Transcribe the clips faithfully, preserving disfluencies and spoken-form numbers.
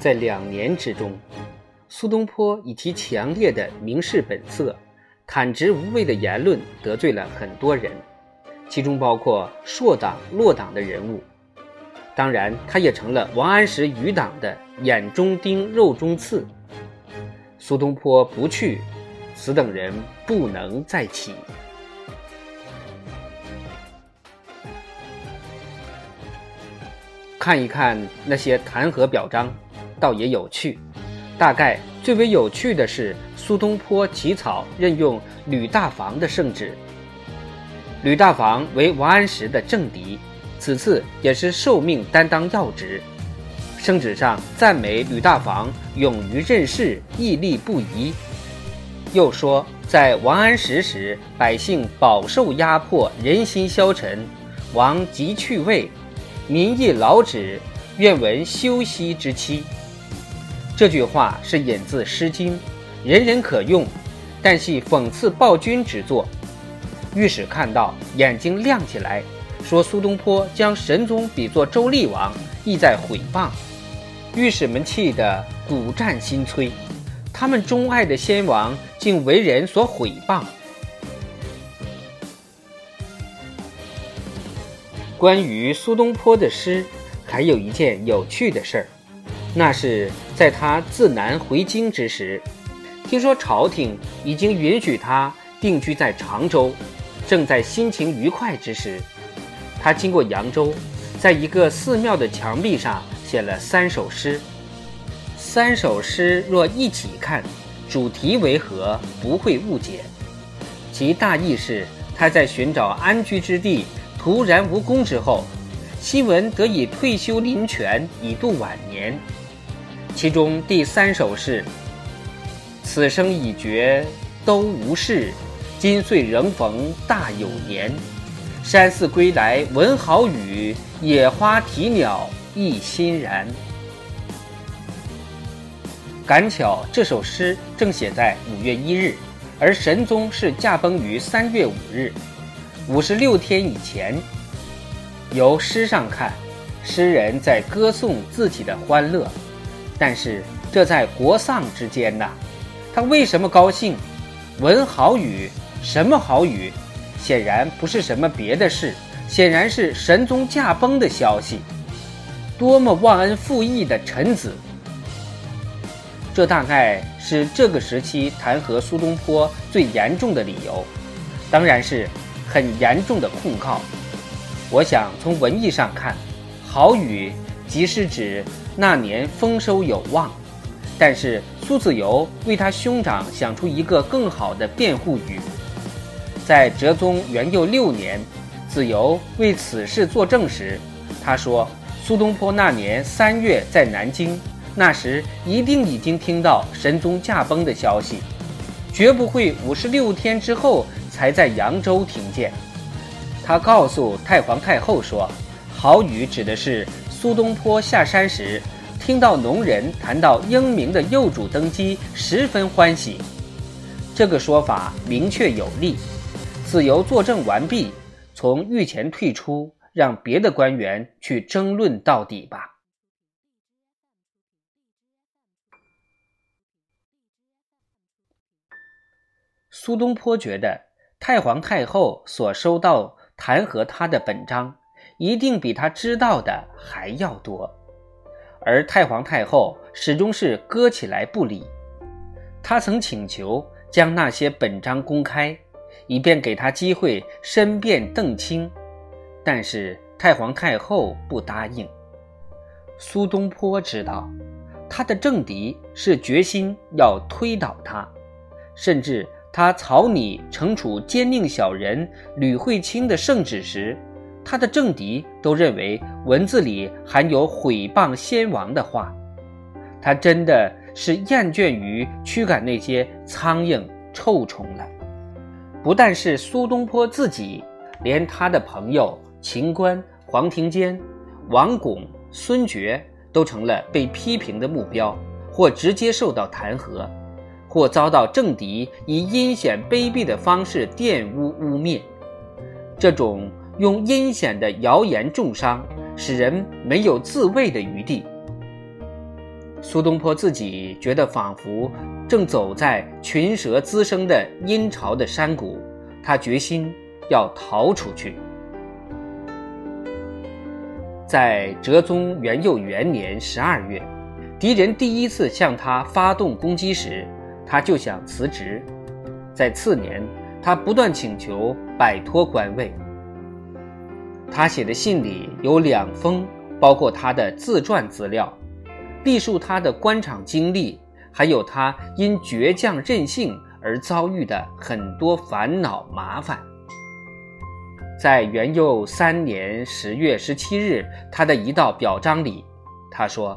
在两年之中，苏东坡以其强烈的名士本色、坦直无畏的言论得罪了很多人，其中包括硕党、落党的人物。当然，他也成了王安石余党的眼中钉、肉中刺。苏东坡不去，此等人不能再起。看一看那些弹劾表彰，倒也有趣。大概最为有趣的是苏东坡起草任用吕大防的圣旨。吕大防为王安石的政敌，此次也是受命担当要职。圣旨上赞美吕大防勇于任事，屹立不移，又说在王安石时，百姓饱受压迫，人心消沉，王即去位，民亦劳止，愿闻休息之期。这句话是引自《诗经》，人人可用，但系讽刺暴君之作。御史看到，眼睛亮起来，说苏东坡将神宗比作周厉王，意在毁谤。御史们气得骨战心摧，他们钟爱的先王竟为人所毁谤。关于苏东坡的诗，还有一件有趣的事儿，那是在他自南回京之时，听说朝廷已经允许他定居在常州，正在心情愉快之时，他经过扬州，在一个寺庙的墙壁上写了三首诗。三首诗若一起看，主题为何不会误解。其大意是他在寻找安居之地，突然无功之后，希闻得以退休林泉，以度晚年。其中第三首是：此生已绝都无事，今岁仍逢大有年。山寺归来闻好语，野花啼鸟意欣然。赶巧这首诗正写在五月一日，而神宗是驾崩于三月五日，五十六天以前。由诗上看，诗人在歌颂自己的欢乐，但是这在国丧之间呐，他为什么高兴？闻好语，什么好语？显然不是什么别的事，显然是神宗驾崩的消息。多么忘恩负义的臣子！这大概是这个时期弹劾苏东坡最严重的理由，当然是很严重的控告。我想从文意上看，好语即是指那年丰收有望，但是苏子由为他兄长想出一个更好的辩护语。在哲宗元佑六年，子由为此事作证时，他说苏东坡那年三月在南京，那时一定已经听到神宗驾崩的消息，绝不会五十六天之后才在扬州听见。他告诉太皇太后说，好语指的是苏东坡下山时听到农人谈到英明的幼主登基，十分欢喜。这个说法明确有力。子由作证完毕，从御前退出，让别的官员去争论到底吧。苏东坡觉得太皇太后所收到弹劾他的本章，一定比他知道的还要多，而太皇太后始终是搁起来不理。他曾请求将那些本章公开，以便给他机会申辩澄清，但是太皇太后不答应。苏东坡知道他的政敌是决心要推倒他，甚至他草拟惩处奸佞小人吕惠卿的圣旨时，他的政敌都认为文字里含有毁谤先王的话。他真的是厌倦于驱赶那些苍蝇臭虫了。不但是苏东坡自己，连他的朋友秦观、黄庭坚、王巩、孙觉都成了被批评的目标，或直接受到弹劾，或遭到政敌以阴险卑鄙的方式玷污污蔑。这种用阴险的谣言重伤，使人没有自卫的余地。 苏东坡自己觉得仿佛正走在群蛇滋生的阴潮的山谷，他决心要逃出去。在哲宗元佑元年十二月，敌人第一次向他发动攻击时，他就想辞职。在次年，他不断请求摆脱官位。他写的信里有两封，包括他的自传资料，历述他的官场经历，还有他因倔强任性而遭遇的很多烦恼麻烦。在元佑三年十月十七日，他的一道表彰里，他说：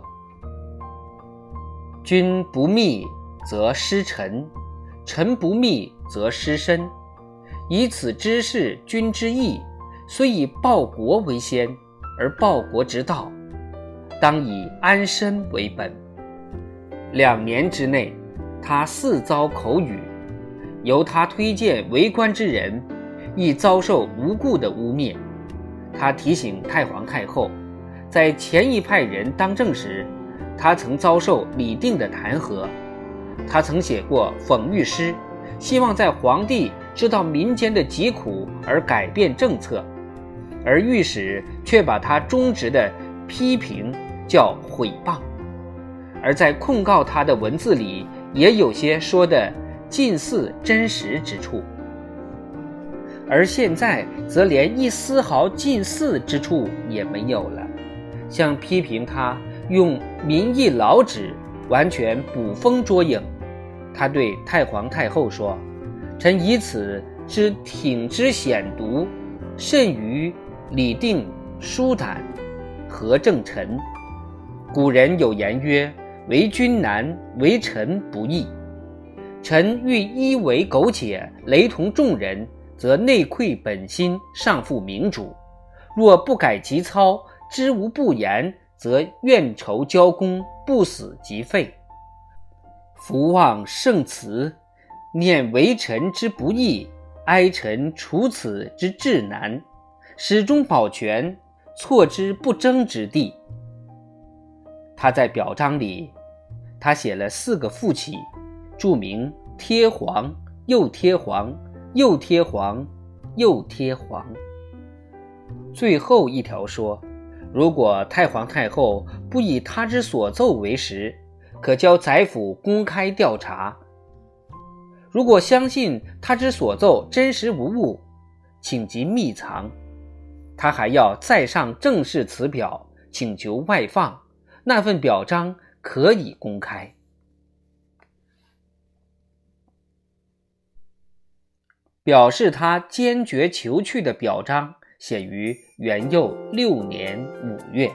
君不密则失臣，臣不密则失身，以此知事君之义，虽以报国为先，而报国之道，当以安身为本。两年之内，他四遭口语，由他推荐为官之人，亦遭受无故的污蔑。他提醒太皇太后，在前一派人当政时，他曾遭受李定的弹劾。他曾写过讽喻诗，希望在皇帝知道民间的疾苦而改变政策，而御史却把他忠直的批评叫毁谤。而在控告他的文字里，也有些说的近似真实之处，而现在则连一丝毫近似之处也没有了，像批评他用民意老纸完全捕风捉影。他对太皇太后说：臣以此之挺之险毒，甚于李定、舒胆、何正臣。古人有言曰：为君难，为臣不易。臣欲一为苟且，雷同众人，则内窥本心，上负明主；若不改其操，知无不言，则怨仇交攻，不死即废。夫望圣辞，念为臣之不易，哀臣处此之至难，始终保全，错之不争之地。他在表彰里，他写了四个复起，注明贴黄，又贴黄，又贴黄，又贴黄。最后一条说，如果太皇太后不以他之所奏为实，可交宰府公开调查；如果相信他之所奏真实无误，请即密藏。他还要再上正式词表，请求外放，那份表彰可以公开。表示他坚决求去的表彰写于元佑六年五月。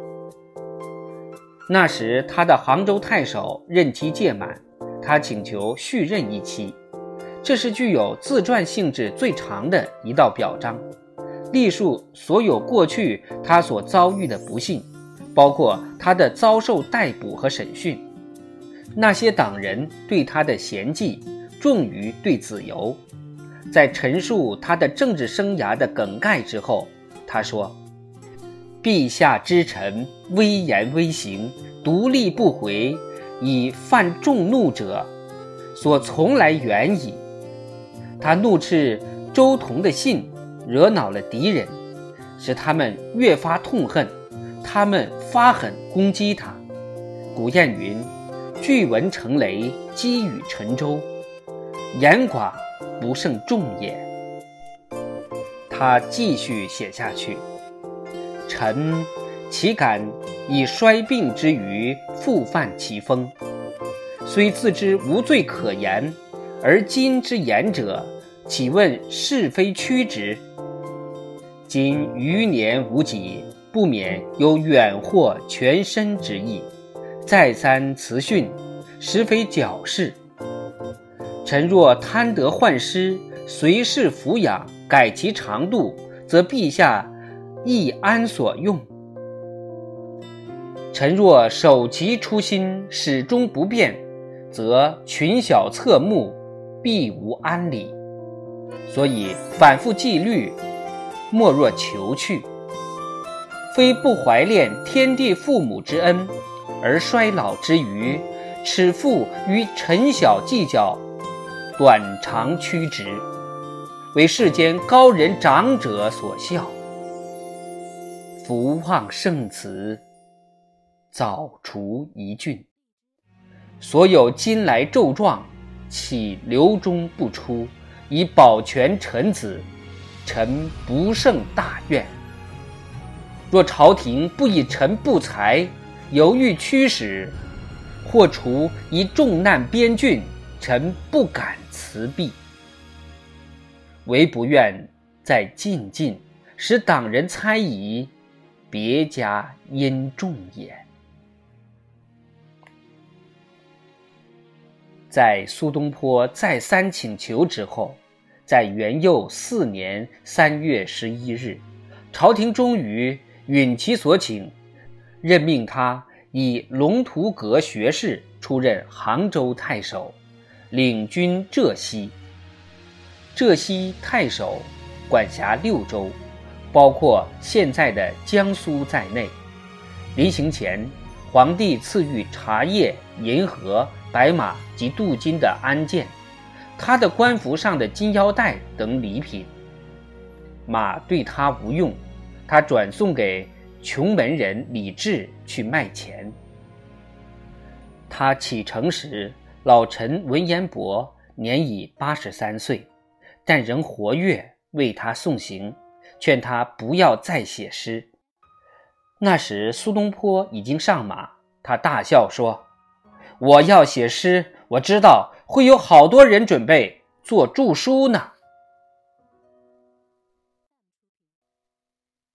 那时他的杭州太守任期届满，他请求续任一期。这是具有自传性质最长的一道表彰，历述所有过去他所遭遇的不幸，包括他的遭受逮捕和审讯，那些党人对他的嫌忌重于对子由。在陈述他的政治生涯的梗概之后，他说：陛下之臣，威言威行，独立不回，以犯众怒者，所从来远矣。他怒斥周同的信惹恼了敌人，使他们越发痛恨，他们发狠攻击他。古谚云：巨文成雷，积雨成舟，言寡不胜众也。他继续写下去：臣岂敢以衰病之余复犯其锋？虽自知无罪可言，而今之言者，岂问是非曲直？今余年无几，不免有远祸全身之意，再三辞训，实非矫饰。臣若贪得宦师，随事抚养，改其长度，则陛下亦安所用？臣若守其初心，始终不变，则群小侧目，必无安理。所以反复纪律，莫若求去。非不怀恋天地父母之恩， 而衰老之余，耻负于臣小计较，短长曲直，为世间高人长者所笑。福旺圣慈，早除一郡。所有今来奏状，岂留中不出，以保全臣子，臣不胜大怨。若朝廷不以臣不才，犹豫驱使，或除一重难边郡，臣不敢辞避。唯不愿在进进，使党人猜疑，别家因重也。在苏东坡再三请求之后，在元佑四年三月十一日，朝廷终于允其所请，任命他以龙图阁学士出任杭州太守，领军浙西。浙西太守管辖六州，包括现在的江苏在内。临行前，皇帝赐予茶叶、银盒、白马及镀金的鞍鞯，他的官服上的金腰带等礼品。马对他无用，他转送给穷门人李治去卖钱。他启程时，老臣文彦博年已八十三岁，但仍活跃，为他送行，劝他不要再写诗。那时苏东坡已经上马，他大笑说：“我要写诗，我知道会有好多人准备做著书呢。”